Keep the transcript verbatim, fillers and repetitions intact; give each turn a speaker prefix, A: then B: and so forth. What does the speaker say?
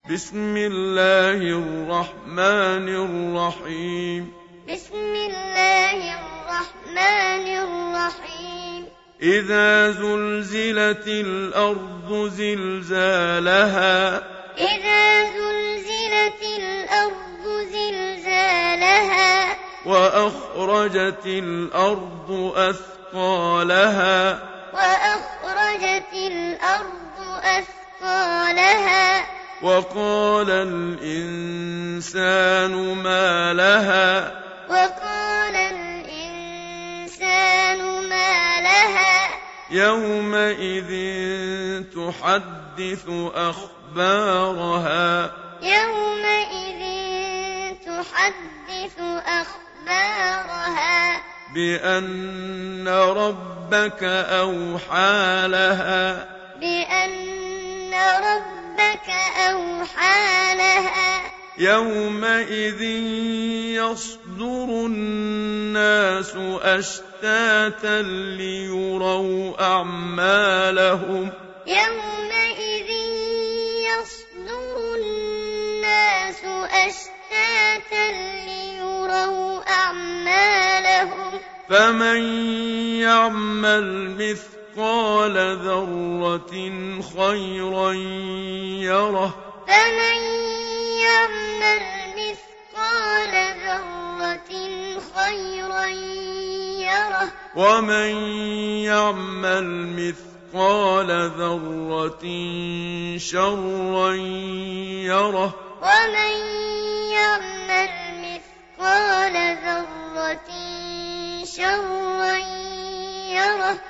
A: بسم الله الرحمن الرحيم
B: بسم الله الرحمن الرحيم
A: إذا زلزلت الأرض زلزالها
B: إذا زلزلت الأرض زلزالها
A: وأخرجت الأرض أثقالها
B: وأخرجت الأرض أثقالها
A: وقال الإنسان ما لها
B: وقال الإنسان ما لها
A: يومئذ تحدث أخبارها
B: يومئذ تحدث أخبارها
A: بأن ربك أوحى لها
B: بأن ربك أوحى لها
A: يومئذ يصدر الناس أشتاتا ليروا أعمالهم
B: يومئذ يصدر الناس أشتاتا ليروا أعمالهم
A: فمن يعمل مثقال ذرة خيرا يره
B: فمن يعمل مثقال ذرة خيرا يره
A: ومن يعمل مثقال ذرة شرا يره
B: ومن يعمل مثقال ذرة شرا يره